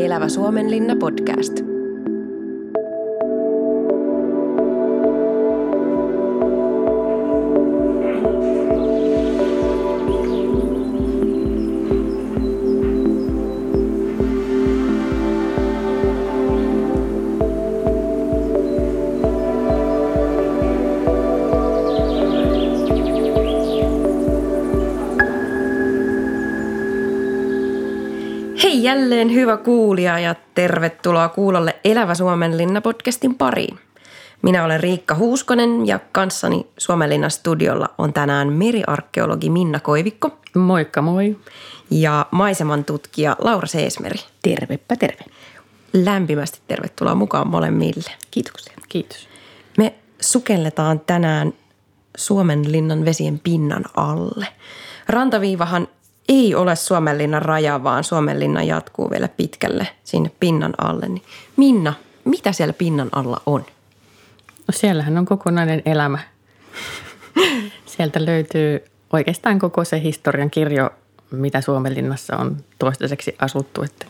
Elävä Suomenlinna podcast. Hei jälleen hyvä kuulija ja tervetuloa kuulolle Elävä Suomenlinna podcastin pariin. Minä olen Riikka Huuskonen ja kanssani Suomenlinnan studiolla on tänään meriarkeologi Minna Koivikko. Moikka moi. Ja maiseman tutkija Laura Seesmeri. Tervepä terve. Lämpimästi tervetuloa mukaan molemmille. Kiitoksia. Kiitos. Me sukelletaan tänään Suomenlinnan vesien pinnan alle. Rantaviivahan ei ole Suomenlinnan raja, vaan Suomenlinna jatkuu vielä pitkälle sinne pinnan alle. Niin Minna, mitä siellä pinnan alla on? No siellähän on kokonainen elämä. Sieltä löytyy oikeastaan koko se historian kirjo, mitä Suomenlinnassa on toistaiseksi asuttu. Että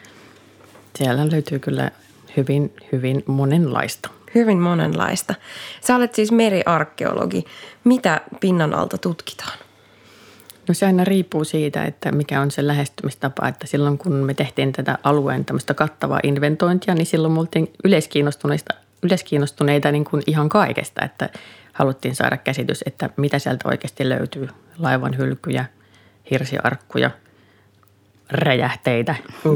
siellä löytyy kyllä hyvin monenlaista. Hyvin monenlaista. Sä olet siis meriarkeologi. Mitä pinnan alta tutkitaan? No se aina riippuu siitä, että mikä on se lähestymistapa, että silloin kun me tehtiin tätä alueen tämmöistä kattavaa inventointia, niin silloin me oltiin yleiskiinnostuneita niin kuin ihan kaikesta, että haluttiin saada käsitys, että mitä sieltä oikeasti löytyy. Laivan hylkyjä, hirsiarkkuja, räjähteitä,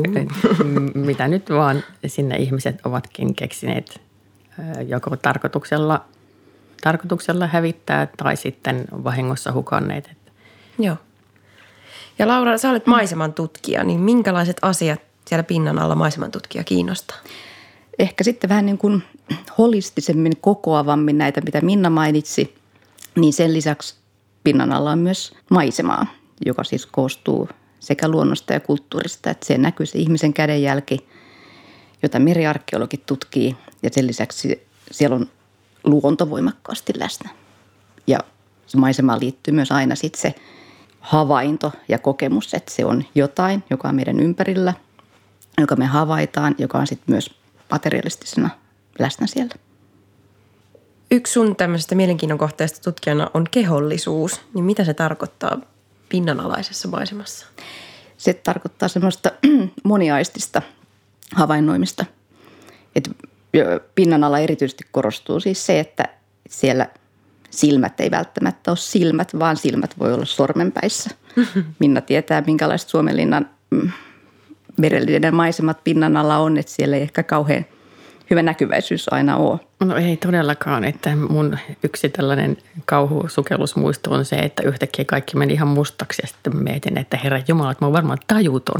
mitä nyt vaan sinne ihmiset ovatkin keksineet joko tarkoituksella hävittää tai sitten vahingossa hukanneet. Joo. Ja Laura, sä olet maiseman tutkija, niin minkälaiset asiat siellä pinnan alla maiseman tutkija kiinnostaa? Ehkä sitten vähän niin kuin holistisemmin, kokoavammin näitä, mitä Minna mainitsi, niin sen lisäksi pinnan alla on myös maisemaa, joka siis koostuu sekä luonnosta ja kulttuurista, että se näkyy se ihmisen kädenjälki, jota meriarkeologit tutkii, ja sen lisäksi siellä on luonto voimakkaasti läsnä. Ja se maisemaan liittyy myös aina sitten se havainto ja kokemus, että se on jotain, joka on meidän ympärillä, joka me havaitaan, joka on sitten myös materialistisena läsnä siellä. Yksi sun tämmöisestä mielenkiinnon kohteesta tutkijana on kehollisuus. Niin mitä se tarkoittaa pinnanalaisessa maisemassa? Se tarkoittaa semmoista moniaistista havainnoimista. Et pinnan alla erityisesti korostuu siis se, että siellä silmät ei välttämättä ole silmät, vaan silmät voi olla sormenpäissä. Minna tietää, minkälaiset Suomenlinnan merellinen maisemat pinnan alla on, että siellä ei ehkä kauhean hyvä näkyväisyys aina ole. No ei todellakaan, että mun yksi tällainen kauhusukellusmuisto on se, että yhtäkkiä kaikki meni ihan mustaksi ja sitten mietin, että herra jumala, että mä oon varmaan tajuton.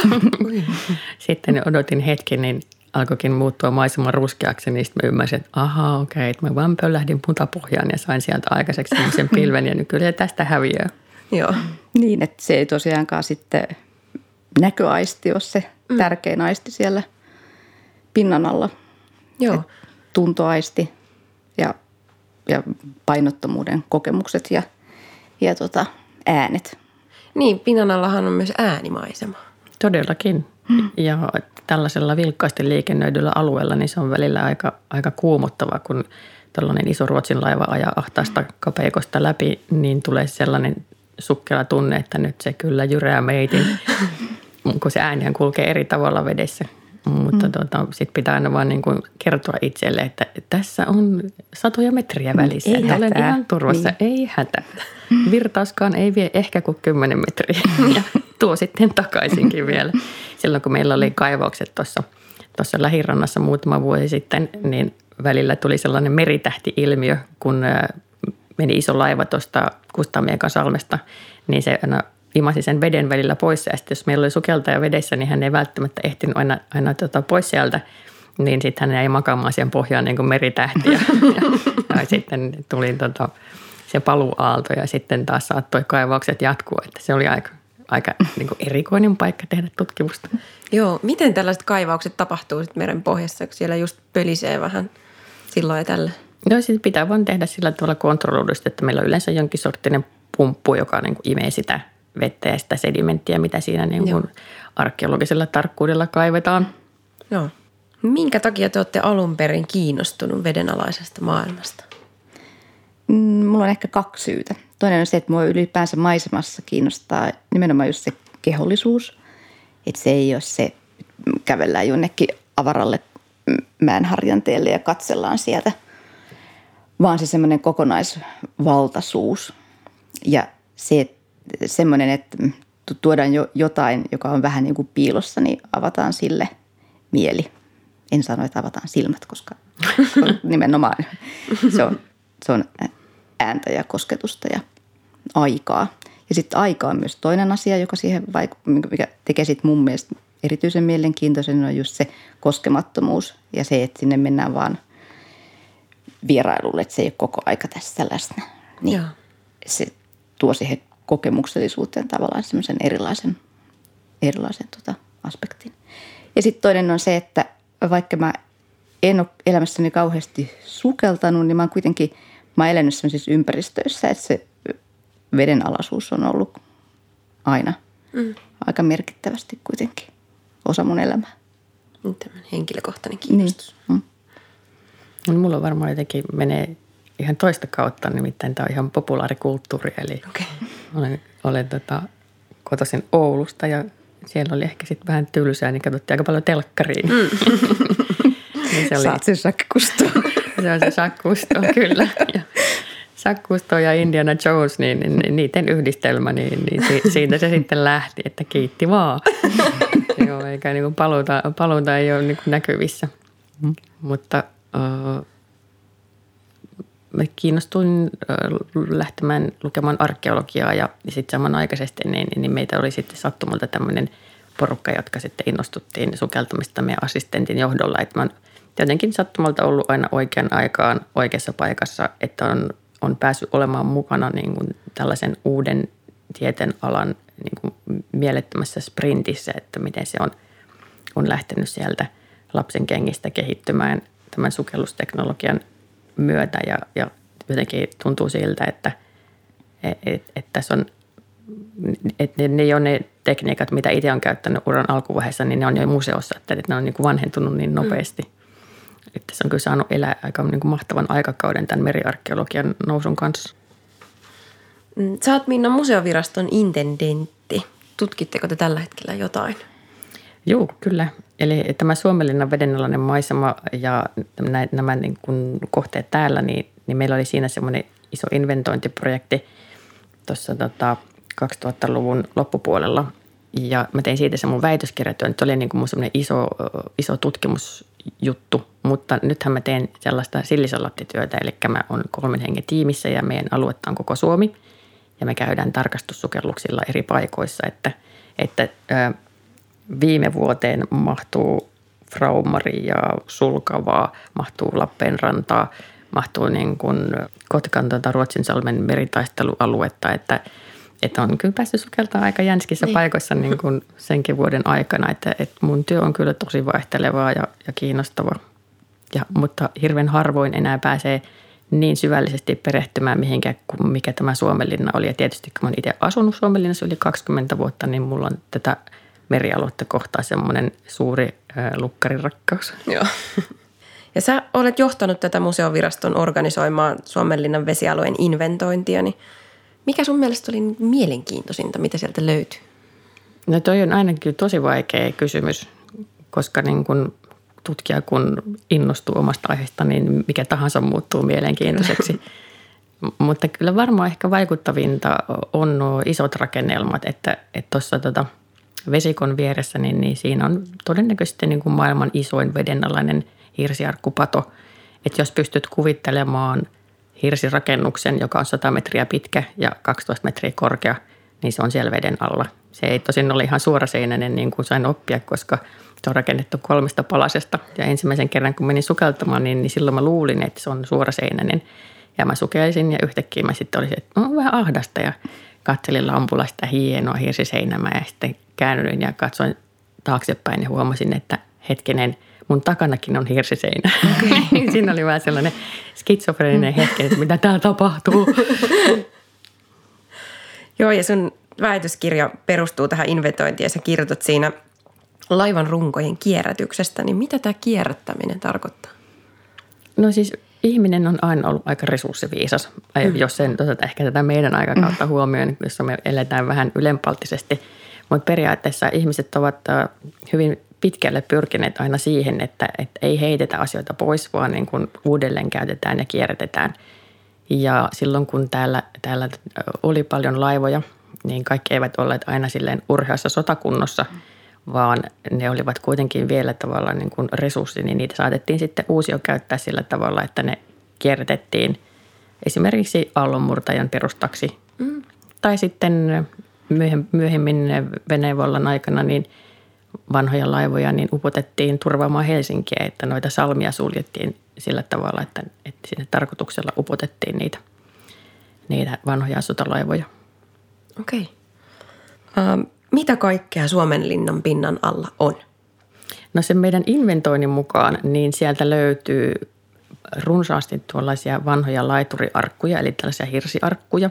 Sitten odotin hetken, niin alkoikin muuttua maiseman ruskeaksi, niin sitten mä ymmärsin, että ahaa, okei, että mä vaan pöllähdin putapohjaan ja sain sieltä aikaiseksi sen pilven ja nyt kyllä tästä häviää. Joo. Niin, että se ei tosiaankaan sitten näköaisti ole se tärkein aisti siellä pinnan alla. Joo. Se tuntoaisti ja painottomuuden kokemukset ja äänet. Niin, pinnan allahan on myös äänimaisema. Todellakin. Ja tällaisella vilkkaasti liikennöidyllä alueella, niin se on välillä aika kuumottavaa, kun tällainen iso Ruotsin laiva ajaa ahtaasta kapeikosta läpi, niin tulee sellainen sukkela tunne, että nyt se kyllä jyrää meitin, kun se äänihän kulkee eri tavalla vedessä. Mutta sitten pitää aina vaan niin kuin kertoa itselle, että tässä on satoja metriä välissä. Ei hätää. Olen ihan turvassa, ei hätää. Virtauskaan ei vie ehkä kuin 10 metriä ja tuo sitten takaisinkin vielä. Silloin kun meillä oli kaivaukset tuossa lähirannassa muutama vuosi sitten, niin välillä tuli sellainen meritähti-ilmiö, kun meni iso laiva tuosta Kustaamiekan salmesta, niin se imasi sen veden välillä pois. Ja sitten jos meillä oli sukeltaja vedessä, niin hän ei välttämättä ehtinyt aina pois sieltä. Niin sitten hän jäi makaamaan siihen pohjaan niin kuin meritähti. Ja sitten tuli se paluuaalto ja sitten taas saattoi kaivaukset jatkua. Että se oli aika niin kuin erikoinen paikka tehdä tutkimusta. Joo, miten tällaiset kaivaukset tapahtuu sitten meren pohjassa, kun siellä just pölisee vähän silloin ja tällä? No sitten pitää vaan tehdä sillä tavalla kontrolloidusti, että meillä on yleensä jonkin sorttinen pumppu, joka niin kuin imee sitä vettä ja sitä sedimenttiä, mitä siinä niin kuin arkeologisella tarkkuudella kaivetaan. Joo. Minkä takia te olette alun perin kiinnostunut vedenalaisesta maailmasta? Mulla on ehkä 2 syytä. Toinen on se, että mua ylipäänsä maisemassa kiinnostaa nimenomaan just se kehollisuus. Että se ei ole se, kävellään jonnekin avaralle mäenharjanteelle ja katsellaan sieltä, vaan se semmoinen kokonaisvaltaisuus. Ja se semmoinen, että tuodaan jotain, joka on vähän niin kuin piilossa, niin avataan sille mieli. En sano, että avataan silmät, koska nimenomaan se on ääntä ja kosketusta ja aikaa. Ja sitten aika on myös toinen asia, joka siihen mikä tekee sitten mun mielestä erityisen mielenkiintoisen, on just se koskemattomuus ja se, että sinne mennään vaan vierailulle, että se ei ole koko aika tässä läsnä. Niin se tuo siihen kokemuksellisuuteen tavallaan semmoisen erilaisen aspektin. Ja sitten toinen on se, että vaikka mä en ole elämässäni kauheasti sukeltanut, niin mä oon elänyt sellaisissa ympäristöissä, että se vedenalaisuus on ollut aina aika merkittävästi kuitenkin osa mun elämää. Tämmöinen henkilökohtainen kiinnostus. Niin. Mulla varmaan jotenkin menee ihan toista kautta, nimittäin tämä on ihan populaarikulttuuri. Eli olen kotoisin Oulusta ja siellä oli ehkä sitten vähän tylsää, niin katsottiin aika paljon telkkariin. Saat sen Jacques Cousteau. Se on se Jacques Cousteau, kyllä. Ja Jacques Cousteau ja Indiana Jones, niin niiden yhdistelmä, niin siitä se sitten lähti, että kiitti vaan. Joo, eikä niin kuin paluuta ei ole niin kuin näkyvissä. Mutta mä kiinnostuin lähtemään lukemaan arkeologiaa ja sitten samanaikaisesti niin meitä oli sitten sattumalta tämmöinen porukka, jotka sitten innostuttiin sukeltamista meidän assistentin johdolla. Että mä oon jotenkin sattumalta ollut aina oikean aikaan oikeassa paikassa, että on päässyt olemaan mukana niin kuin tällaisen uuden tieteenalan niin kuin mielettömässä sprintissä, että miten se on lähtenyt sieltä lapsen kengistä kehittymään tämän sukellusteknologian myötä ja jotenkin tuntuu siltä, että tässä on, että ne ei ole ne tekniikat, mitä itse on käyttänyt uran alkuvaiheessa, niin ne on jo museossa, että ne on niin kuin vanhentunut niin nopeasti. Että se on kyllä saanut elää aika niin kuin mahtavan aikakauden tämän meriarkeologian nousun kanssa. Sä oot Minna museoviraston intendentti. Tutkitteko te tällä hetkellä jotain? Joo, kyllä. Eli tämä Suomenlinnan vedenalainen maisema ja nämä niin kuin kohteet täällä, niin meillä oli siinä semmoinen iso inventointiprojekti tuossa 2000-luvun loppupuolella. Ja mä tein siitä se mun väitöskirjatyön. Se oli niin kuin mun semmoinen iso tutkimusjuttu, mutta nythän mä teen sellaista sillisalattityötä. Eli mä oon 3 hengen tiimissä ja meidän aluetta on koko Suomi. Ja me käydään tarkastussukelluksilla eri paikoissa, että viime vuoteen mahtuu Fraumari ja Sulkavaa, mahtuu Lappeenrantaa, mahtuu niin kuin Kotkan Ruotsinsalmen meritaistelualuetta, että on kyllä päässyt sukeltamaan aika jänskissä paikoissa niin kuin senkin vuoden aikana, että mun työ on kyllä tosi vaihtelevaa ja kiinnostavaa, mutta hirveän harvoin enää pääsee niin syvällisesti perehtymään mihinkään kuin mikä tämä Suomenlinna oli. Ja tietysti kun olen itse asunut Suomenlinnassa yli 20 vuotta, niin mulla on tätä merialuetta kohtaa semmoinen suuri lukkarirakkaus. Joo. Ja sä olet johtanut tätä museoviraston organisoimaa Suomenlinnan vesialueen inventointia, niin mikä sun mielestä oli mielenkiintoisinta, mitä sieltä löytyy? No toi on ainakin tosi vaikea kysymys, koska niin kun tutkija kun innostuu omasta aiheesta, niin mikä tahansa muuttuu mielenkiintoiseksi. Mutta kyllä varmaan ehkä vaikuttavinta on nuo isot rakennelmat, että tuossa vesikon vieressä, niin siinä on todennäköisesti niin kuin maailman isoin vedenalainen hirsiarkkupato. Että jos pystyt kuvittelemaan hirsirakennuksen, joka on 100 metriä pitkä ja 12 metriä korkea, niin se on siellä veden alla. Se ei tosin ole ihan suoraseinäinen, niin kuin sain oppia, koska se on rakennettu 3 palasesta. Ja ensimmäisen kerran, kun menin sukeltamaan, niin silloin mä luulin, että se on suoraseinäinen. Ja mä sukelsin ja yhtäkkiä mä sitten olisin, että on vähän ahdasta ja katselin lampulla sitä hienoa hirsiseinämää ja sitten käännyin ja katsoin taaksepäin ja huomasin, että hetkinen, mun takanakin on hirsiseinä. Okay. Siinä oli vähän sellainen skitsofreeninen hetki, että mitä täällä tapahtuu. Joo, ja sun väitöskirja perustuu tähän inventointiin ja sä kirjoitat siinä laivan runkojen kierrätyksestä, niin mitä tämä kierrättäminen tarkoittaa? No siis ihminen on aina ollut aika resurssiviisas, jos sen ehkä tätä meidän aikakautta huomioon, jossa me eletään vähän ylenpalttisesti. Mutta periaatteessa ihmiset ovat hyvin pitkälle pyrkineet aina siihen, että ei heitetä asioita pois, vaan niin kuin uudelleen käytetään ja kierrätetään. Ja silloin kun täällä oli paljon laivoja, niin kaikki eivät olleet aina silleen urheassa sotakunnossa, vaan ne olivat kuitenkin vielä tavalla niin kuin resurssi, niin niitä saatettiin sitten uusio käyttää sillä tavalla, että ne kierrätettiin esimerkiksi aallonmurtajan perustaksi. Tai sitten myöhemmin Venäjän aikana niin vanhoja laivoja niin upotettiin turvaamaan Helsinkiä, että noita salmia suljettiin sillä tavalla, että sinne tarkoituksella upotettiin niitä vanhoja sotalaivoja. Okei. Mitä kaikkea Suomenlinnan pinnan alla on? No sen meidän inventoinnin mukaan, niin sieltä löytyy runsaasti tuollaisia vanhoja laituriarkkuja, eli tällaisia hirsiarkkuja.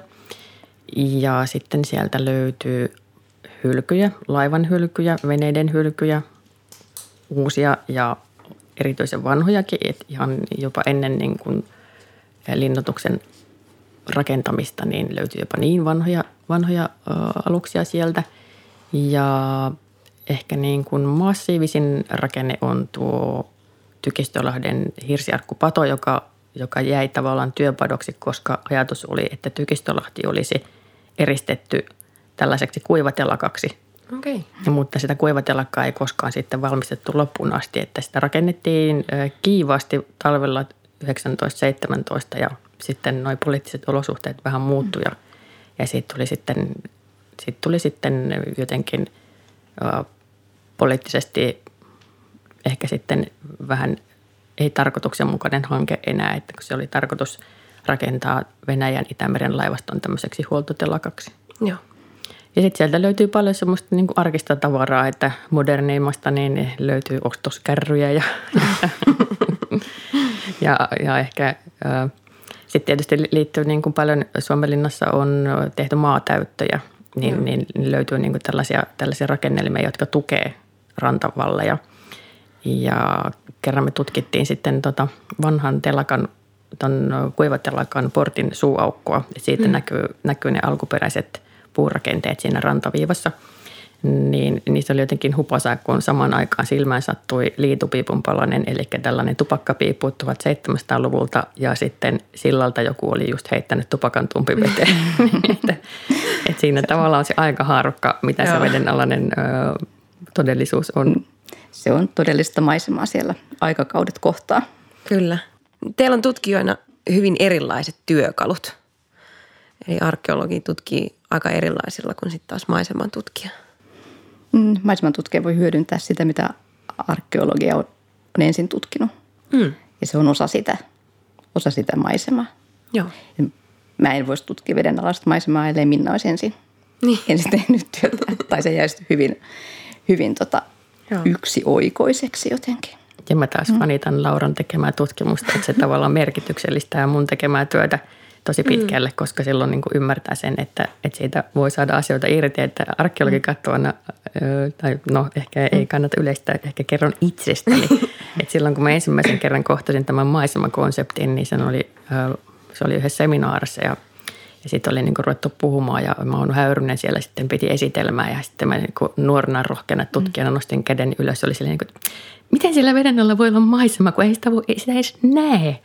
Ja sitten sieltä löytyy hylkyjä, laivan hylkyjä, veneiden hylkyjä, uusia ja erityisen vanhojakin, että ihan jopa ennen niin kuin linnoituksen rakentamista niin löytyy jopa niin vanhoja aluksia sieltä. Ja ehkä niin kuin massiivisin rakenne on tuo Tykistölahden hirsiarkkupato, joka jäi tavallaan työpadoksi, koska ajatus oli, että Tykistölahti olisi eristetty tällaiseksi kuivatelakaksi. Okay. Mutta sitä kuivatelakkaa ei koskaan sitten valmistettu loppuun asti, että sitä rakennettiin kiivaasti talvella 1917 ja sitten nuo poliittiset olosuhteet vähän muuttui ja siitä tuli sitten jotenkin poliittisesti ehkä sitten vähän ei tarkoituksenmukainen hanke enää, että kun se oli tarkoitus rakentaa Venäjän Itämeren laivaston tämmöiseksi huoltotelakaksi. Joo. Ja sitten sieltä löytyy paljon semmoista niin kuin arkista tavaraa, että moderneimmasta niin löytyy ostoskärryjä ja ehkä sitten tietysti liittyy niin kuin paljon Suomenlinnassa on tehty maatäyttöjä, niin löytyy niin kuin tällaisia rakennelmia, jotka tukee rantavalleja. Ja kerran me tutkittiin sitten vanhan telakan, ton kuivatelakan portin suuaukkoa. Ja siitä näkyy ne alkuperäiset puurakenteet siinä rantaviivassa. Niin niissä oli jotenkin hupasaa, kun samaan aikaan silmään sattui liitupiipun palanen, eli tällainen tupakkapiippu 1700-luvulta, ja sitten sillalta joku oli just heittänyt tupakan tumpiveteen. Et siinä tavallaan on se aikahaarukka, mitä se vedenalainen todellisuus on. Se on todellista maisemaa siellä aikakaudet kohtaa. Kyllä. Teillä on tutkijoina hyvin erilaiset työkalut. Eli arkeologi tutkii aika erilaisilla kuin sitten taas maiseman tutkija. Maiseman tutkija voi hyödyntää sitä, mitä arkeologia on ensin tutkinut. Ja se on osa sitä maisemaa. Joo. Ja mä en voisi tutkia vedenalaista maisemaa, ellei Minna olisi ensin tehnyt työtä. Tai se jäisi hyvin yksioikoiseksi jotenkin. Ja mä taas fanitan Lauran tekemää tutkimusta, että se tavallaan merkityksellistää mun tekemää työtä tosi pitkälle, koska silloin niin kuin ymmärtää sen, että siitä voi saada asioita irti, että arkeologi katsovana, tai no ehkä ei kannata yleistää, ehkä kerron itsestäni. Että silloin kun mä ensimmäisen kerran kohtasin tämän maisemakonseptin, niin se oli yhdessä seminaarissa ja sitten oli niin kuin ruvettu puhumaan ja Mauno Häyrynen siellä sitten piti esitelmää ja sitten mä niin kuin nuorena rohkeana tutkijana nostin käden ylös. Oli silleen, niin kuin, miten siellä veden alla voi olla maisema, kun ei sitä edes näe.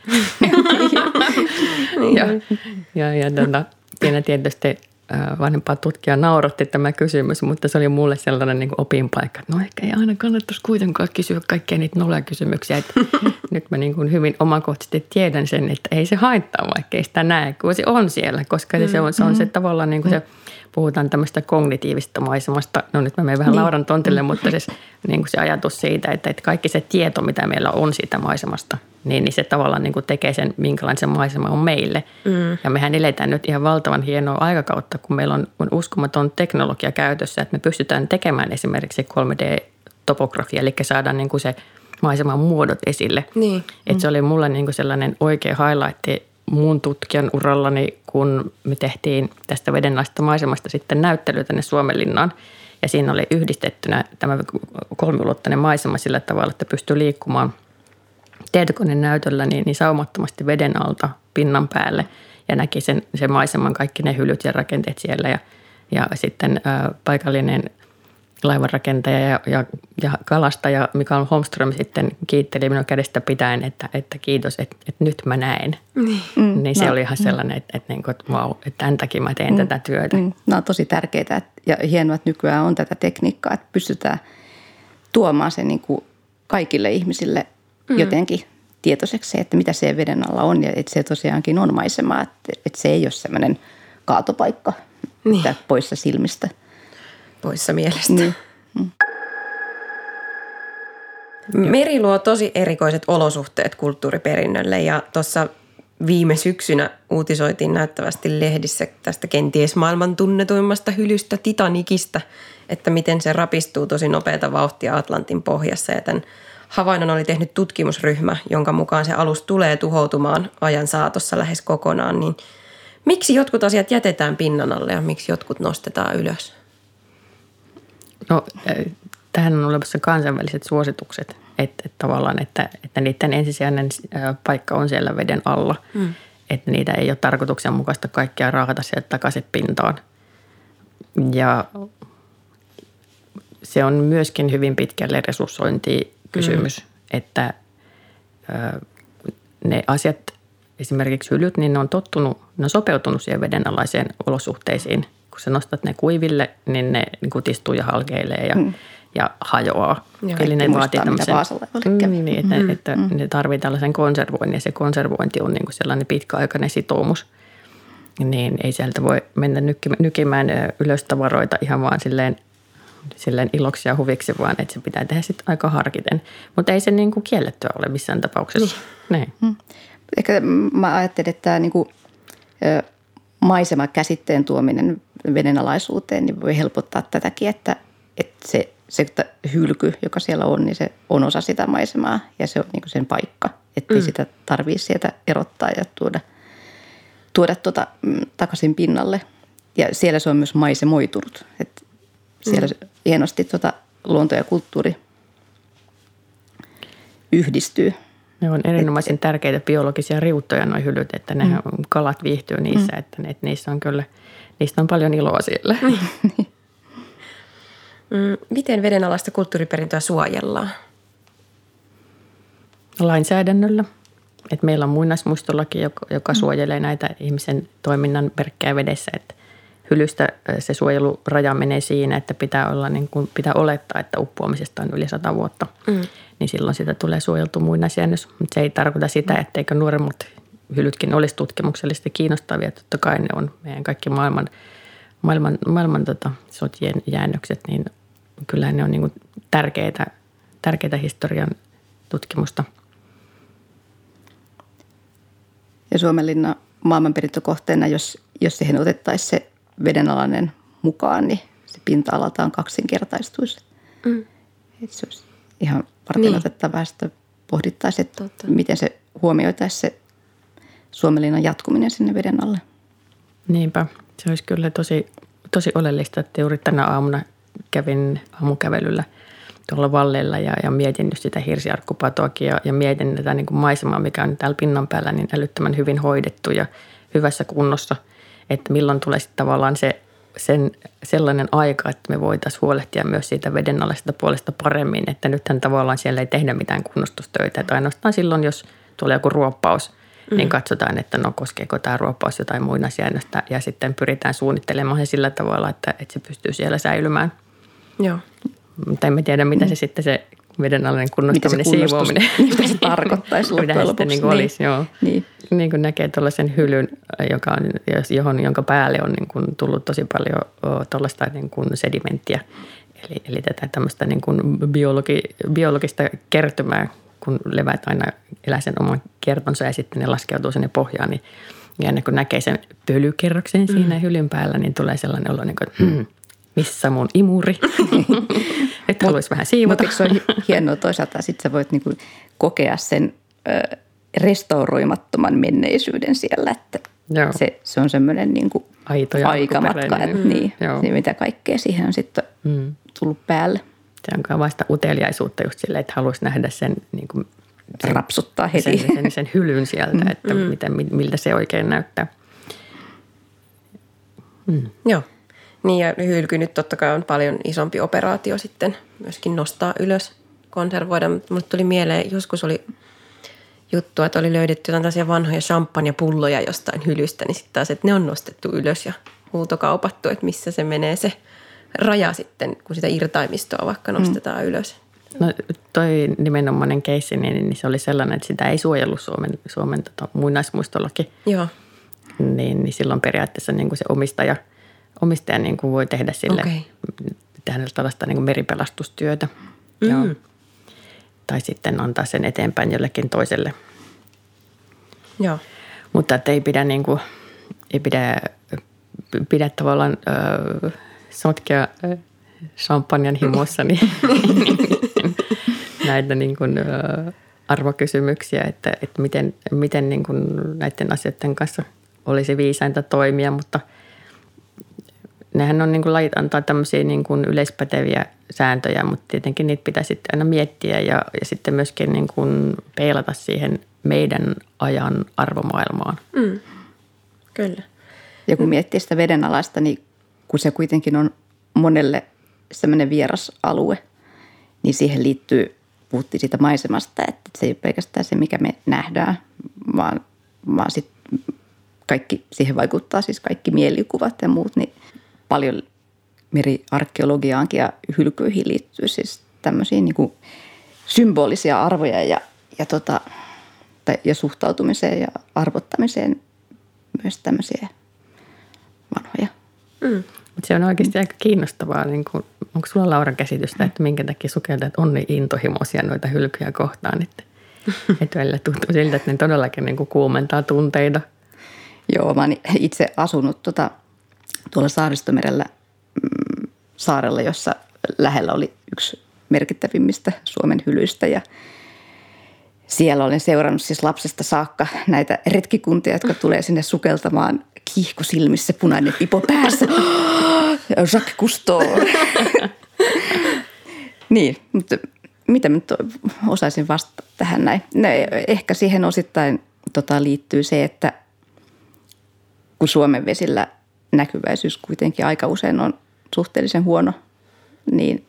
ja siinä tietysti vanhempaa tutkijaa nauratti tämä kysymys, mutta se oli mulle sellainen niin kuin opinpaikka, että no ehkä ei aina kannattaisi kuitenkaan kysyä kaikkia niitä nolakysymyksiä. Että nyt mä niin kuin hyvin omakohtaisesti tiedän sen, että ei se haittaa, vaikka ei sitä näe, kun se on siellä, koska se on se tavallaan niin kuin se, puhutaan tämmöistä kognitiivista maisemasta. No nyt mä menen vähän Lauran tontille, mutta siis niin kuin se ajatus siitä, että kaikki se tieto, mitä meillä on siitä maisemasta, niin se tavallaan niin kuin tekee sen, minkälainen se maisema on meille. Ja mehän eletään nyt ihan valtavan hienoa aikakautta, kun meillä on uskomaton teknologia käytössä, että me pystytään tekemään esimerkiksi 3D-topografia, eli saadaan niin kuin se maiseman muodot esille. Niin. Että se oli mulle niin kuin sellainen oikea highlight mun tutkijan urallani, kun me tehtiin tästä vedenalaisesta maisemasta sitten näyttely tänne Suomenlinnaan. Ja siinä oli yhdistettynä tämä kolmiulotteinen maisema sillä tavalla, että pystyi liikkumaan tietokoneen näytöllä niin saumattomasti veden alta pinnan päälle ja näki sen maiseman, kaikki ne hylyt ja rakenteet siellä. Ja sitten paikallinen laivanrakentaja ja kalastaja Mikael Holmström sitten kiitteli minua kädestä pitäen, että kiitos, että nyt mä näen. Niin se oli ihan sellainen, että vau, että tämän takia mä teen tätä työtä. Nämä on tosi tärkeitä ja hienoa, että nykyään on tätä tekniikkaa, että pystytään tuomaan se niin kuin kaikille ihmisille jotenkin tietoiseksi, että mitä se veden alla on ja että se tosiaankin on maisemaa, että se ei ole sellainen kaatopaikka poissa silmistä. Poissa mielestä. Niin. Meri luo tosi erikoiset olosuhteet kulttuuriperinnölle ja tuossa viime syksynä uutisoitiin näyttävästi lehdissä tästä kenties maailman tunnetuimmasta hylystä Titanicista, että miten se rapistuu tosi nopeata vauhtia Atlantin pohjassa ja tämän havainnon oli tehnyt tutkimusryhmä, jonka mukaan se alus tulee tuhoutumaan ajan saatossa lähes kokonaan, niin miksi jotkut asiat jätetään pinnan alle ja miksi jotkut nostetaan ylös? No, tähän on olemassa kansainväliset suositukset, että tavallaan, että niiden ensisijainen paikka on siellä veden alla. Että niitä ei ole tarkoituksenmukaista kaikkia raahata sieltä takaisin pintaan. Ja se on myöskin hyvin pitkälle resurssointikysymys, että ne asiat, esimerkiksi hylyt, niin ne on sopeutunut siihen vedenalaiseen olosuhteisiin. Kun sä nostat ne kuiville, niin ne kutistuu ja halkeilee ja hajoaa. Eli ne vaatii tämmöisen, että ne tarvitsee tällaisen konservoinnin ja se konservointi on niin kuin sellainen pitkäaikainen sitoumus. Niin ei sieltä voi mennä nykimään ylös tavaroita ihan vaan silleen iloksi ja huviksi, vaan että se pitää tehdä sitten aika harkiten. Mutta ei se niin kuin kiellettyä ole missään tapauksessa. Niin. Ehkä mä ajattelin, että tämä niin kuin maisemakäsitteen tuominen vedenalaisuuteen niin voi helpottaa tätäkin, että se hylky, joka siellä on, niin se on osa sitä maisemaa ja se on niin kuin sen paikka. Että ei sitä tarvitse sieltä erottaa ja tuoda takaisin pinnalle. Ja siellä se on myös maisemoitunut. Että siellä hienosti luonto ja kulttuuri yhdistyy. Ne on erinomaisen tärkeitä biologisia riuttoja nuo hylyt, että ne kalat viihtyy niissä, että niissä on kyllä, niistä on paljon iloa siellä. Miten vedenalaista kulttuuriperintöä suojellaan? Lainsäädännöllä. Että meillä on muinaismuistolaki, joka suojelee näitä ihmisen toiminnan merkkejä vedessä. Että hylystä se suojeluraja menee siinä, että pitää olettaa, että uppoamisesta on yli 100 vuotta. Niin silloin sitä tulee suojeltu muinaisjäännös. Mutta se ei tarkoita sitä, etteikö nuoremmat hylytkin olisi tutkimuksellisesti kiinnostavia. Totta kai ne on meidän kaikki maailman sotien jäännökset, niin kyllähän ne on niin kuin tärkeitä historian tutkimusta. Ja Suomenlinna maailmanperintökohteena, jos siihen otettaisiin se vedenalainen mukaan, niin se pinta-alaltaan kaksinkertaistuisi. Että se olisi ihan varteenotettavaa, että pohdittaisiin, että miten se huomioitaisiin se Suomenlinnan jatkuminen sinne veden alle. Niinpä. Se olisi kyllä tosi oleellista, että juuri tänä aamuna kävin aamukävelyllä tuolla Valleilla ja mietin just sitä hirsiarkkupatoakin ja mietin tätä niin kuin maisemaa, mikä on täällä pinnan päällä niin älyttömän hyvin hoidettu ja hyvässä kunnossa, että milloin tulee sitten tavallaan sellainen aika, että me voitaisiin huolehtia myös siitä vedenalaisesta puolesta paremmin, että nythän tavallaan siellä ei tehdä mitään kunnostustöitä, että ainoastaan silloin, jos tulee joku ruoppaus, niin katsotaan, että no koskeeko tämä ruoppaus jotain muinaisjäännöstä ja sitten pyritään suunnittelemaan se sillä tavalla, että se pystyy siellä säilymään. Joo. Mutta emme tiedä, mitä se sitten se vedenalainen kunnostaminen, siivoaminen. Mitä se tarkoittaisi loppujen lopuksi. Niin kuin olisi, joo. Niin kuin näkee tuollaisen hylyn, jonka päälle on niin kuin tullut tosi paljon tuollaista niin kuin sedimenttiä. Eli tätä tämmöistä niin kuin biologista kertymää, kun leväät aina elää sen oman kertonsa ja sitten ne laskeutuu sinne pohjaan. Niin, ja ennen kuin näkee sen pölykerroksen siinä hylyn päällä, niin tulee sellainen olo, niin kuin, missä mun imuri? Että haluaisi vähän siivota. Mutta se on hienoa toisaalta, sitten sä voit niinku kokea sen restauroimattoman menneisyyden siellä, että se on semmoinen niin kuin aikamatka, että niin, mitä kaikkea siihen on sitten tullut päälle. Se on vasta uteliaisuutta just silleen, että haluaisi nähdä sen, niin kuin, rapsuttaa heti. Sen hylyn sieltä, että miltä se oikein näyttää. Joo. Niin ja hylky nyt totta kai on paljon isompi operaatio sitten myöskin nostaa ylös, konservoida. Mulle tuli mieleen, joskus oli juttu, että oli löydetty jotain tällaisia vanhoja champagnepulloja jostain hylystä, niin sitten taas, että ne on nostettu ylös ja huutokaupattu, että missä se menee se raja sitten, kun sitä irtaimistoa vaikka nostetaan ylös. No toi nimenomainen keissi, niin se oli sellainen, että sitä ei suojellut Suomen muinaismuistolaki. Joo. Niin silloin periaatteessa niin kuin se omistaja niin kuin voi tehdä sille, tehdä tällaista niin kuin meripelastustyötä. Joo. Tai sitten antaa sen eteenpäin jollekin toiselle. Joo. Mutta että ei pidä tavallaan sotkea champanjan himossa näitä niin kuin, arvokysymyksiä, että miten niin kuin näiden asioiden kanssa olisi viisainta toimia, mutta nehän on niin kuin lajit antaa tämmöisiä niin kuin yleispäteviä sääntöjä, mutta tietenkin niitä pitää sitten aina miettiä ja sitten myöskin niin kuin peilata siihen meidän ajan arvomaailmaan. Kyllä. Ja kun miettii sitä vedenalaista, niin kun se kuitenkin on monelle sellainen vieras alue, niin siihen liittyy, puhuttiin siitä maisemasta, että se ei ole pelkästään se, mikä me nähdään, vaan sitten kaikki, siihen vaikuttaa siis kaikki mielikuvat ja muut, niin paljon meriarkeologiaankin ja hylkyihin liittyy siis tämmöisiä niin kuin symbolisia arvoja ja suhtautumiseen ja arvottamiseen myös tämmöisiä vanhoja. Mutta se on oikeasti aika kiinnostavaa. Niin kun, onko sulla, Laura, käsitystä, että minkä takia sukeltajat on niin intohimoisia noita hylkyjä kohtaan? Että välillä tuntuu siltä, että ne todellakin niin kuin kuumentaa tunteita. Joo, mä oon itse asunut tuolla Saaristomerellä saarella, jossa lähellä oli yksi merkittävimmistä Suomen hylyistä ja siellä olen seurannut siis lapsesta saakka näitä retkikuntia, jotka tulee sinne sukeltamaan kiihkosilmissä, punainen pipo päässä. Jacques Cousteau. Niin, mutta mitä nyt osaisin vastata tähän näin? No, ehkä siihen osittain liittyy se, että kun Suomen vesillä näkyväisyys kuitenkin aika usein on suhteellisen huono, niin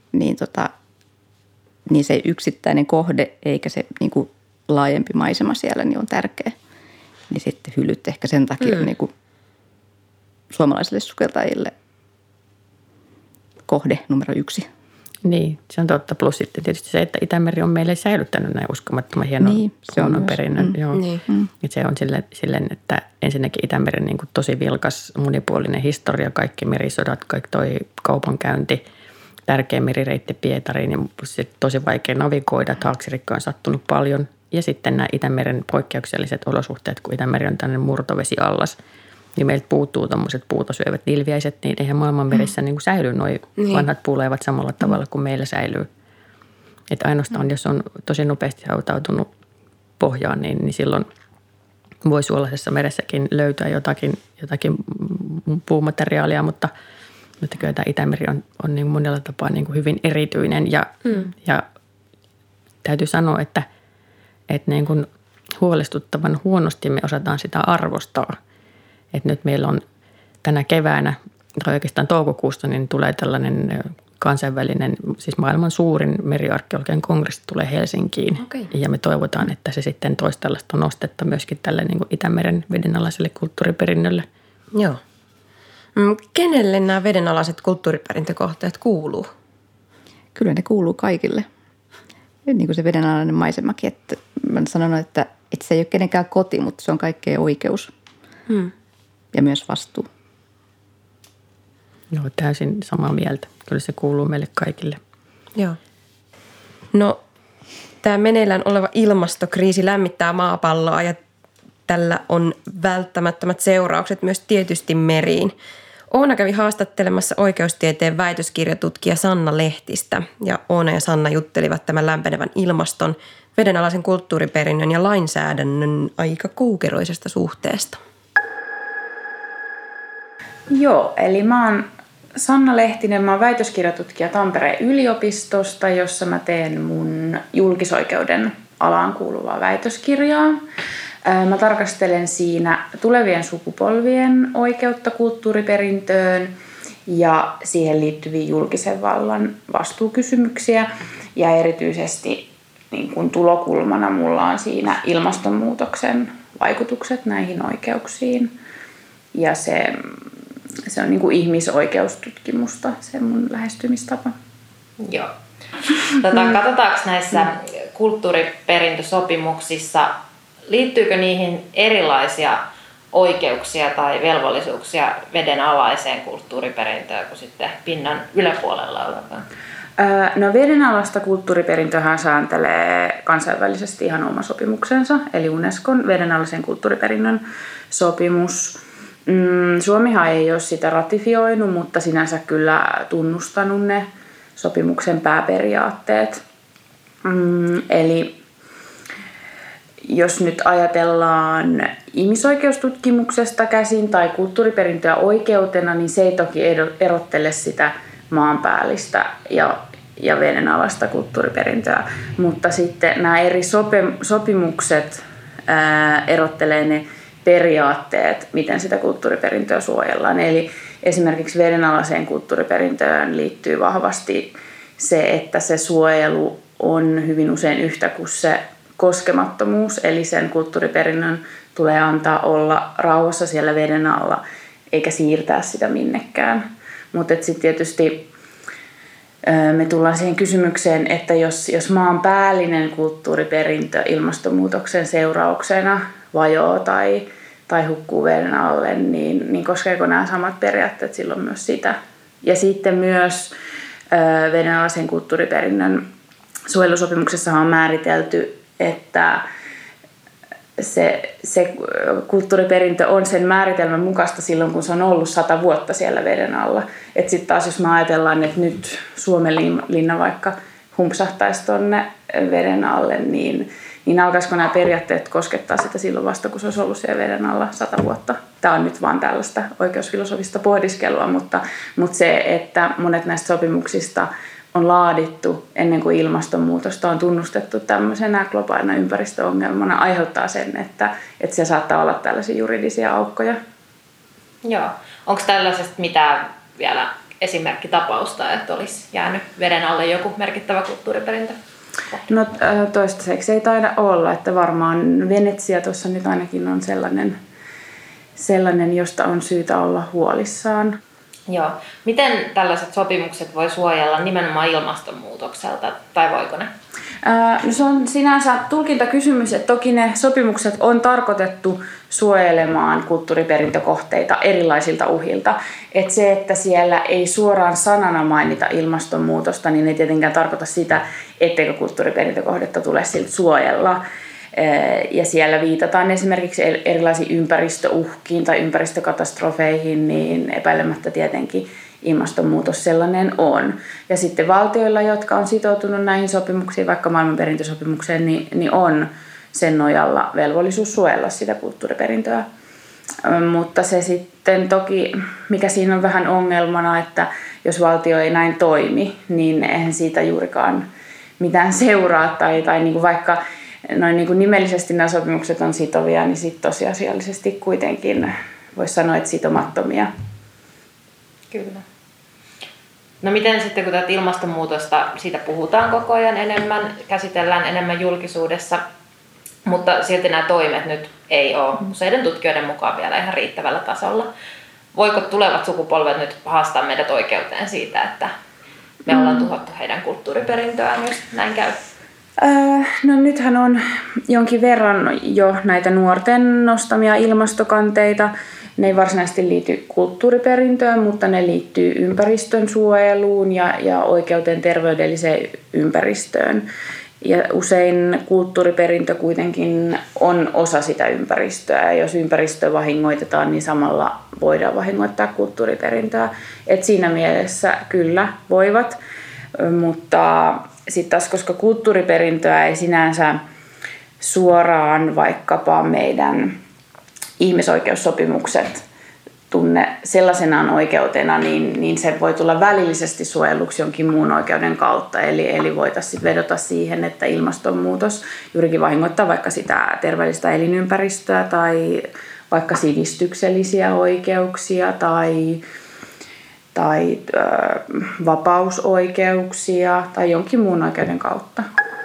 se yksittäinen kohde eikä se niin kuin laajempi maisema siellä niin on tärkeä. Niin sitten hylyt ehkä sen takia on niin kuin suomalaisille sukeltajille kohde numero 1. Niin, se on totta. Plus sitten tietysti se, että Itämeri on meille säilyttänyt näin uskomattoman hienon perinnön. Joo. Et se on silleen, että ensinnäkin Itämeren niin kuin tosi vilkas, monipuolinen historia, kaikki merisodat, kaikki toi kaupankäynti, tärkeä merireitti Pietariin ja tosi vaikea navigoida. Taaksirikkoa on sattunut paljon. Ja sitten nämä Itämeren poikkeukselliset olosuhteet, kun Itämeri on tämmöinen murtovesiallas, niin meiltä puuttuu tommoset puuta syövät nilviäiset, niin eihän maailmanmerissä niin kuin säily nuo vanhat puuleivat samalla tavalla kuin meillä säilyy. Että ainoastaan, jos on tosi nopeasti hautautunut pohjaan, niin silloin voi suolaisessa meressäkin löytää jotakin puumateriaalia, mutta kyllä tämä Itämeri on niin monella tapaa niin kuin hyvin erityinen ja täytyy sanoa, että niin kuin huolestuttavan huonosti me osataan sitä arvostaa. Että nyt meillä on tänä keväänä, tai oikeastaan toukokuusta, niin tulee tällainen kansainvälinen, siis maailman suurin meriarkeologian kongressi tulee Helsinkiin. Okay. Ja me toivotaan, että se sitten toisi tällaista nostetta myöskin tälle niin kuin Itämeren vedenalaiselle kulttuuriperinnölle. Joo. Kenelle nämä vedenalaiset kulttuuriperintökohteet kuuluu? Kyllä ne kuuluu kaikille. Niin kuin se vedenalainen maisemakin, että mä olen sanonut, että se ei ole kenenkään koti, mutta se on kaikkea oikeus. Ja myös vastuu. Joo, täysin samaa mieltä. Kyllä se kuuluu meille kaikille. Joo. No, tämä meneillään oleva ilmastokriisi lämmittää maapalloa ja tällä on välttämättömät seuraukset myös tietysti meriin. Oona kävi haastattelemassa oikeustieteen väitöskirjatutkija Sanna Lehtistä ja Oona ja Sanna juttelivat tämän lämpenevän ilmaston, vedenalaisen kulttuuriperinnön ja lainsäädännön aika koukeroisesta suhteesta. Joo, eli mä oon Sanna Lehtinen, mä oon väitöskirjatutkija Tampereen yliopistosta, jossa mä teen mun julkisoikeuden alaan kuuluvaa väitöskirjaa. Mä tarkastelen siinä tulevien sukupolvien oikeutta kulttuuriperintöön ja siihen liittyviä julkisen vallan vastuukysymyksiä. Ja erityisesti niin kun tulokulmana mulla on siinä ilmastonmuutoksen vaikutukset näihin oikeuksiin. Ja se on niin kuin ihmisoikeustutkimusta, se mun lähestymistapa. Joo. Katsotaanko näissä kulttuuriperintösopimuksissa, liittyykö niihin erilaisia oikeuksia tai velvollisuuksia vedenalaiseen kulttuuriperintöön kuin sitten pinnan yläpuolella olevaan? No vedenalaista kulttuuriperintöhän sääntelee kansainvälisesti ihan oma sopimuksensa, eli Unescon vedenalaisen kulttuuriperinnön sopimus. Suomihan ei ole sitä ratifioinut, mutta sinänsä kyllä tunnustanut ne sopimuksen pääperiaatteet. Eli jos nyt ajatellaan ihmisoikeustutkimuksesta käsin tai kulttuuriperintöä oikeutena, niin se ei toki erottele sitä maanpäällistä ja vedenalaista kulttuuriperintöä. Mutta sitten nämä eri sopimukset erottelee ne periaatteet, miten sitä kulttuuriperintöä suojellaan. Eli esimerkiksi vedenalaiseen kulttuuriperintöön liittyy vahvasti se, että se suojelu on hyvin usein yhtä kuin se koskemattomuus, eli sen kulttuuriperinnön tulee antaa olla rauhassa siellä veden alla, eikä siirtää sitä minnekään. Mutta sitten tietysti me tullaan siihen kysymykseen, että jos maanpäällinen kulttuuriperintö ilmastonmuutoksen seurauksena vajoaa tai hukkuu veden alle, niin koskeeko nämä samat periaatteet silloin myös sitä. Ja sitten myös vedenalaisen kulttuuriperinnön suojelusopimuksessa on määritelty, että se kulttuuriperintö on sen määritelmän mukaista silloin, kun se on ollut 100 vuotta siellä veden alla. Että sitten taas jos me ajatellaan, että nyt Suomenlinna vaikka humpsahtaisi tuonne veden alle, niin alkaisiko nämä periaatteet koskettaa sitä silloin vasta, kun se olisi ollut siellä veden alla 100 vuotta. Tämä on nyt vaan tällaista oikeusfilosofista pohdiskelua, mutta se, että monet näistä sopimuksista on laadittu ennen kuin ilmastonmuutosta on tunnustettu tämmöisenä globaalina ympäristöongelmana, aiheuttaa sen, että se saattaa olla tällaisia juridisia aukkoja. Joo. Onko tällaisesta mitään vielä esimerkkitapausta, että olisi jäänyt veden alle joku merkittävä kulttuuriperintö? No toistaiseksi ei taida olla, että varmaan Venetsia tuossa nyt ainakin on sellainen, josta on syytä olla huolissaan. Joo. Miten tällaiset sopimukset voi suojella nimenomaan ilmastonmuutokselta, tai voiko ne? No se on sinänsä tulkintakysymys, että toki ne sopimukset on tarkoitettu suojelemaan kulttuuriperintökohteita erilaisilta uhilta. Että se, että siellä ei suoraan sanana mainita ilmastonmuutosta, niin ei tietenkään tarkoita sitä, etteikö kulttuuriperintökohdetta tule siltä suojella. Ja siellä viitataan esimerkiksi erilaisiin ympäristöuhkiin tai ympäristökatastrofeihin, niin epäilemättä tietenkin ilmastonmuutos sellainen on. Ja sitten valtioilla, jotka on sitoutunut näihin sopimuksiin, vaikka maailmanperintösopimukseen, niin on sen nojalla velvollisuus suojella sitä kulttuuriperintöä. Mutta se sitten toki, mikä siinä on vähän ongelmana, että jos valtio ei näin toimi, niin eihän siitä juurikaan mitään seuraa. Tai niin kuin vaikka noin niin kuin nimellisesti nämä sopimukset on sitovia, niin sitten tosiasiallisesti kuitenkin voisi sanoa, että sitomattomia. Kyllä. No miten sitten, kun tätä ilmastonmuutosta, siitä puhutaan koko ajan enemmän, käsitellään enemmän julkisuudessa, mutta silti nämä toimet nyt ei ole useiden tutkijoiden mukaan vielä ihan riittävällä tasolla. Voiko tulevat sukupolvet nyt haastaa meidät oikeuteen siitä, että me ollaan tuhottu heidän kulttuuriperintöään, jos näin käy? No nythän on jonkin verran jo näitä nuorten nostamia ilmastokanteita. Ne ei varsinaisesti liity kulttuuriperintöön, mutta ne liittyy ympäristön suojeluun ja oikeuteen terveydelliseen ympäristöön. Ja usein kulttuuriperintö kuitenkin on osa sitä ympäristöä. Ja jos ympäristö vahingoitetaan, niin samalla voidaan vahingoittaa kulttuuriperintöä. Et siinä mielessä kyllä voivat, mutta sitten taas, koska kulttuuriperintöä ei sinänsä suoraan vaikkapa meidän ihmisoikeussopimukset tunne sellaisenaan oikeutena, niin se voi tulla välillisesti suojelluksi jonkin muun oikeuden kautta. Eli voitaisiin vedota siihen, että ilmastonmuutos juurikin vahingoittaa vaikka sitä terveellistä elinympäristöä tai vaikka sivistyksellisiä oikeuksia tai vapausoikeuksia tai jonkin muun oikeuden kautta.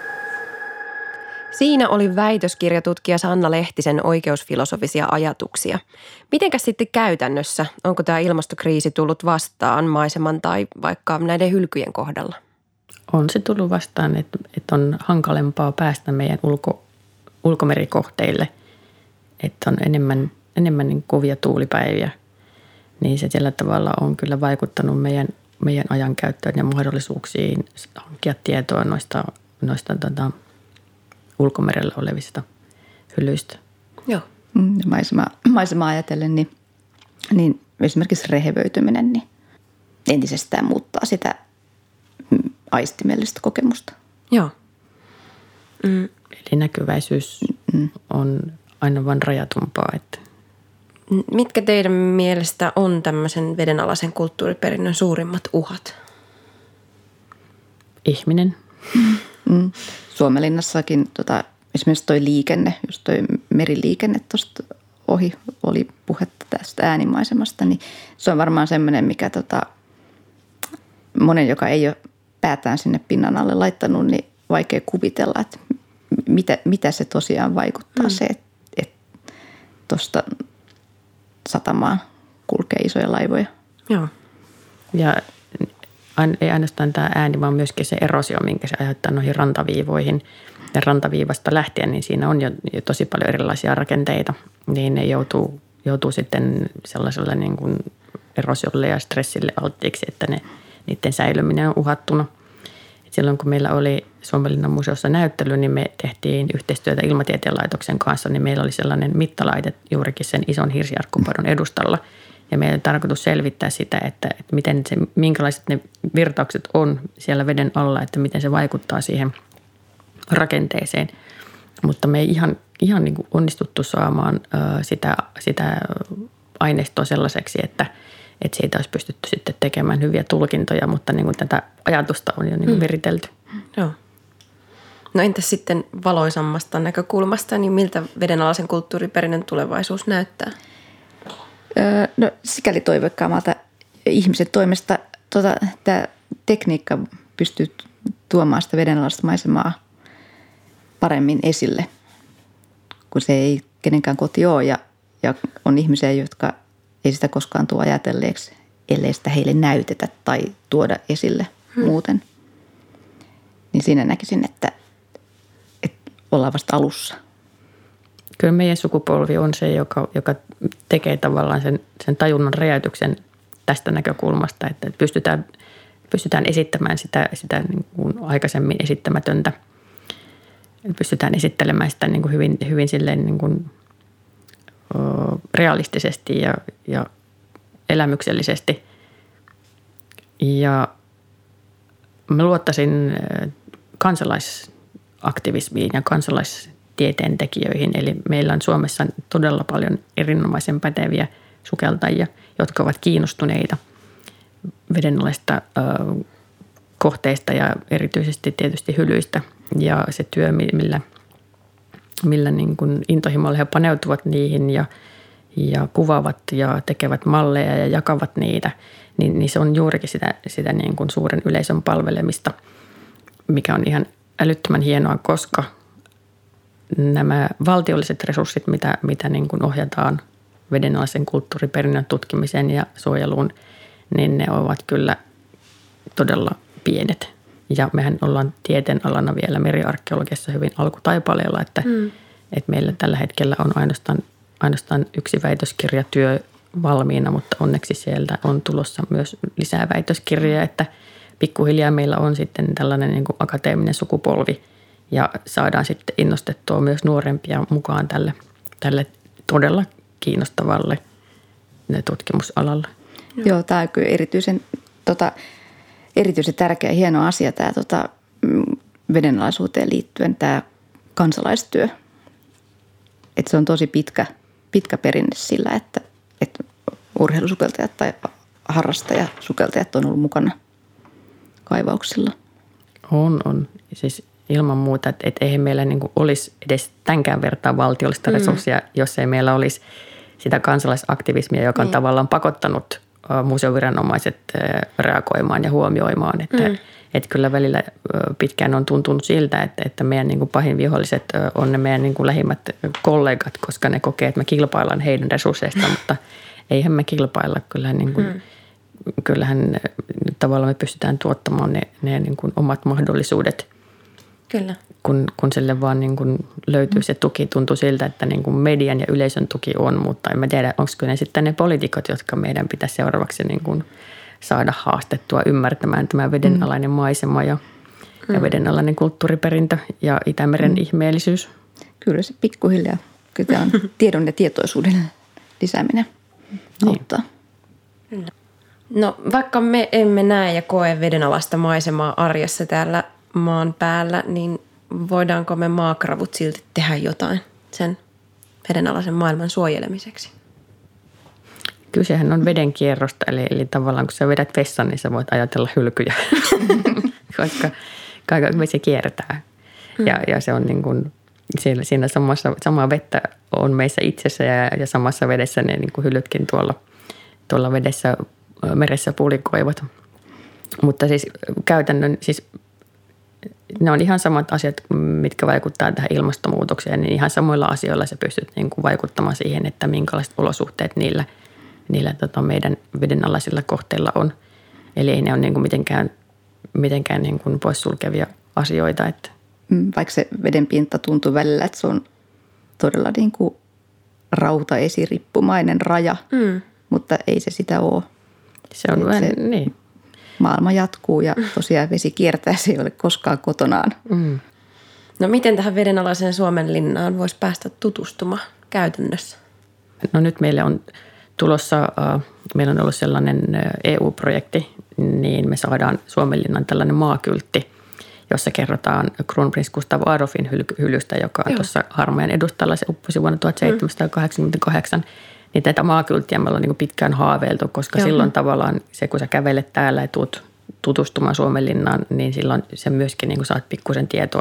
Siinä oli väitöskirjatutkija Sanna Lehtisen oikeusfilosofisia ajatuksia. Mitenkäs sitten käytännössä? Onko tämä ilmastokriisi tullut vastaan maiseman tai vaikka näiden hylkyjen kohdalla? On se tullut vastaan, että on hankalempaa päästä meidän ulkomerikohteille, että on enemmän niin kovia tuulipäiviä. Niin se sillä tavalla on kyllä vaikuttanut meidän ajankäyttöön ja mahdollisuuksiin hankkia tietoa noista ulkomerellä olevista hylyistä. Joo. Maisemaa ajatellen, niin esimerkiksi rehevöityminen niin entisestään muuttaa sitä aistimellistä kokemusta. Joo. Eli näkyväisyys on aina vain rajatumpaa. Että. Mitkä teidän mielestä on tämmöisen vedenalaisen kulttuuriperinnön suurimmat uhat? Ihminen. Suomenlinnassakin esimerkiksi toi liikenne, just toi meriliikenne tuosta ohi oli puhetta tästä äänimaisemasta, niin se on varmaan semmoinen, mikä monen, joka ei ole päätään sinne pinnan alle laittanut, niin vaikea kuvitella, että mitä se tosiaan vaikuttaa se, että tuosta satamaan kulkee isoja laivoja. Joo. Ja ei ainoastaan tämä ääni, vaan myöskin se erosio, minkä se aiheuttaa noihin rantaviivoihin. Ja rantaviivasta lähtien, niin siinä on jo tosi paljon erilaisia rakenteita. Niin ne joutuu sitten sellaiselle niin kuin erosiolle ja stressille alttiiksi, että niiden säilyminen on uhattuna. Et silloin kun meillä oli Suomenlinnan museossa näyttely, niin me tehtiin yhteistyötä Ilmatieteen laitoksen kanssa, niin meillä oli sellainen mittalaite juurikin sen ison hirsiarkkupadon edustalla. Ja meidän on tarkoitus selvittää sitä, että minkälaiset ne virtaukset on siellä veden alla, että miten se vaikuttaa siihen rakenteeseen. Mutta me ei ihan niin kuin onnistuttu saamaan sitä aineistoa sellaiseksi, että siitä olisi pystytty sitten tekemään hyviä tulkintoja, mutta niin kuin tätä ajatusta on jo niin kuin viritelty. Joo. No entäs sitten valoisammasta näkökulmasta, niin miltä vedenalaisen kulttuuriperinnön tulevaisuus näyttää? No sikäli toiveikkaamalta ihmisen toimesta tämä tekniikka pystyy tuomaan sitä vedenalaista maisemaa paremmin esille, kun se ei kenenkään koti ole ja on ihmisiä, jotka ei sitä koskaan tuo ajatelleeksi, ellei sitä heille näytetä tai tuoda esille muuten. Niin siinä näkisin, että ollaan vasta alussa. Kyllä meidän sukupolvi on se, joka tekee tavallaan sen tajunnan räjäytyksen tästä näkökulmasta, että pystytään esittämään sitä niin kuin aikaisemmin esittämätöntä. Pystytään esittelemään sitä niin kuin hyvin silleen niin kuin realistisesti ja elämyksellisesti. Ja mä luottaisin kansalaisaktivismiin ja kansalaistieteen tekijöihin. Eli meillä on Suomessa todella paljon erinomaisen päteviä sukeltajia, jotka ovat kiinnostuneita vedenalaisista kohteista ja erityisesti tietysti hylyistä. Ja se työ, millä niin kuin intohimolla he paneutuvat niihin ja kuvaavat ja tekevät malleja ja jakavat niitä, niin se on juurikin sitä niin kuin suuren yleisön palvelemista, mikä on ihan älyttömän hienoa, koska nämä valtiolliset resurssit, mitä niin kuin ohjataan vedenalaisen kulttuuriperinnön tutkimiseen ja suojeluun, niin ne ovat kyllä todella pienet. Ja mehän ollaan tieteenalana vielä meriarkeologiassa hyvin alkutaipaleella, että meillä tällä hetkellä on ainoastaan yksi väitöskirjatyö valmiina, mutta onneksi sieltä on tulossa myös lisää väitöskirjoja, että pikkuhiljaa meillä on sitten tällainen niin kuin akateeminen sukupolvi ja saadaan sitten innostettua myös nuorempia mukaan tälle todella kiinnostavalle tutkimusalalle. Joo, tämä on kyllä erityisen tärkeä ja hieno asia tämä vedenalaisuuteen liittyen tämä kansalaistyö. Että se on tosi pitkä perinne sillä, että urheilusukeltajat tai harrastajasukeltajat on ollut mukana kaivauksilla. On. Siis ilman muuta, että eihän meillä niin kuin olisi edes tämänkään vertaa valtiollista resurssia, jos ei meillä olisi sitä kansalaisaktivismia, joka on tavallaan pakottanut museoviranomaiset reagoimaan ja huomioimaan. Että kyllä välillä pitkään on tuntunut siltä, että meidän niin kuin pahin viholliset on ne meidän niin kuin lähimmät kollegat, koska ne kokee, että me kilpaillaan heidän resursseista, mutta eihän me kilpailla. Kyllähän tavallaan me pystytään tuottamaan ne niin kuin omat mahdollisuudet. Kyllä. Kun sille vaan niin kuin löytyy se tuki, tuntuu siltä, että niin kuin median ja yleisön tuki on, mutta en mä tiedä, onko ne sitten ne poliitikot, jotka meidän pitäisi seuraavaksi niin kuin saada haastettua ymmärtämään tämä vedenalainen maisema ja vedenalainen kulttuuriperintö ja Itämeren ihmeellisyys. Kyllä se pikkuhiljaa. Kyllä tämä on tiedon ja tietoisuuden lisääminen auttaa. Kyllä. No vaikka me emme näe ja koe vedenalaista maisemaa arjessa täällä maan päällä, niin voidaanko me maakravut silti tehdä jotain sen vedenalaisen maailman suojelemiseksi? Kysehän on veden kierrosta, eli tavallaan kun sä vedät vessan, niin sä voit ajatella hylkyjä, koska vesi kiertää. Ja se on niin kuin, siinä samaa vettä on meissä itsessä ja samassa vedessä ne niin kuin hyllytkin tuolla vedessä, meressä pulikoivat. Mutta siis käytännön, siis ne on ihan samat asiat, mitkä vaikuttaa tähän ilmastonmuutokseen, niin ihan samoilla asioilla sä pystyt niin kuin vaikuttamaan siihen, että minkälaiset olosuhteet niillä meidän vedenalaisilla kohteilla on. Eli ei ne ole niin kuin mitenkään niin kuin poissulkevia asioita. Että. Vaikka se veden pinta tuntuu välillä, että se on todella niin kuin rautaesirippumainen raja, mutta ei se sitä ole. Se on vähän, niin. Maailma jatkuu ja tosiaan vesi kiertää, se ei ole koskaan kotonaan. No miten tähän vedenalaiseen Suomenlinnaan voisi päästä tutustumaan käytännössä? No nyt meille on tulossa, meillä on ollut sellainen EU-projekti, niin me saadaan Suomenlinnan tällainen maakyltti, jossa kerrotaan Kronprins Gustav Adolfin hyllystä, joka tuossa Harmajan edustalla se upposi vuonna 1788. Niin tätä maakylttiä me ollaan niin pitkään haaveiltu, koska silloin tavallaan se, kun sä kävelet täällä ja tuut tutustumaan Suomenlinnaan, niin silloin se myöskin niin saat pikkusen tietoa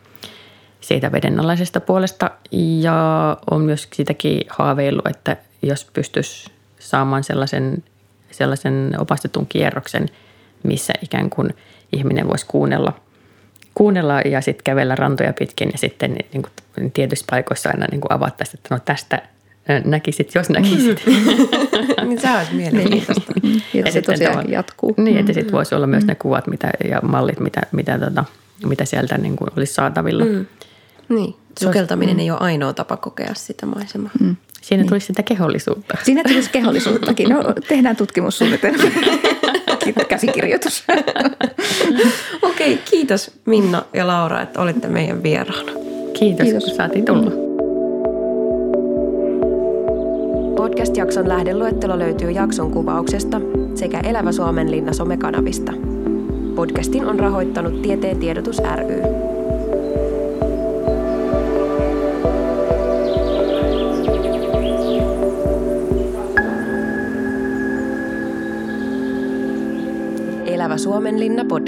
siitä vedenalaisesta puolesta. Ja on myös sitäkin haaveillut, että jos pystyisi saamaan sellaisen opastetun kierroksen, missä ikään kuin ihminen voisi kuunnella ja sitten kävellä rantoja pitkin ja sitten niin kuin tietyissä paikoissa aina niin kuin avattaisiin, että no tästä näkisit, jos näkisit. Niin se olisi mielenkiintoista. Ja se tosiaan jatkuu. Niin, että sitten voisi olla myös ne kuvat ja mallit, mitä sieltä niin kuin olisi saatavilla. Niin, sukeltaminen ei ole ainoa tapa kokea sitä maisemaa. Siinä tulisi sitä kehollisuutta. Siinä tulisi kehollisuuttakin. No, tehdään tutkimussuunnitelma. Käsikirjoitus. Okei, kiitos Minna ja Laura, että olitte meidän vieraana. Kiitos. Kun saatiin tulla. Podcast-jakson lähdeluettelo löytyy jakson kuvauksesta sekä Elävä Suomenlinna somekanavista. Podcastin on rahoittanut Tieteen tiedotus ry. Elävä Suomenlinna podcast.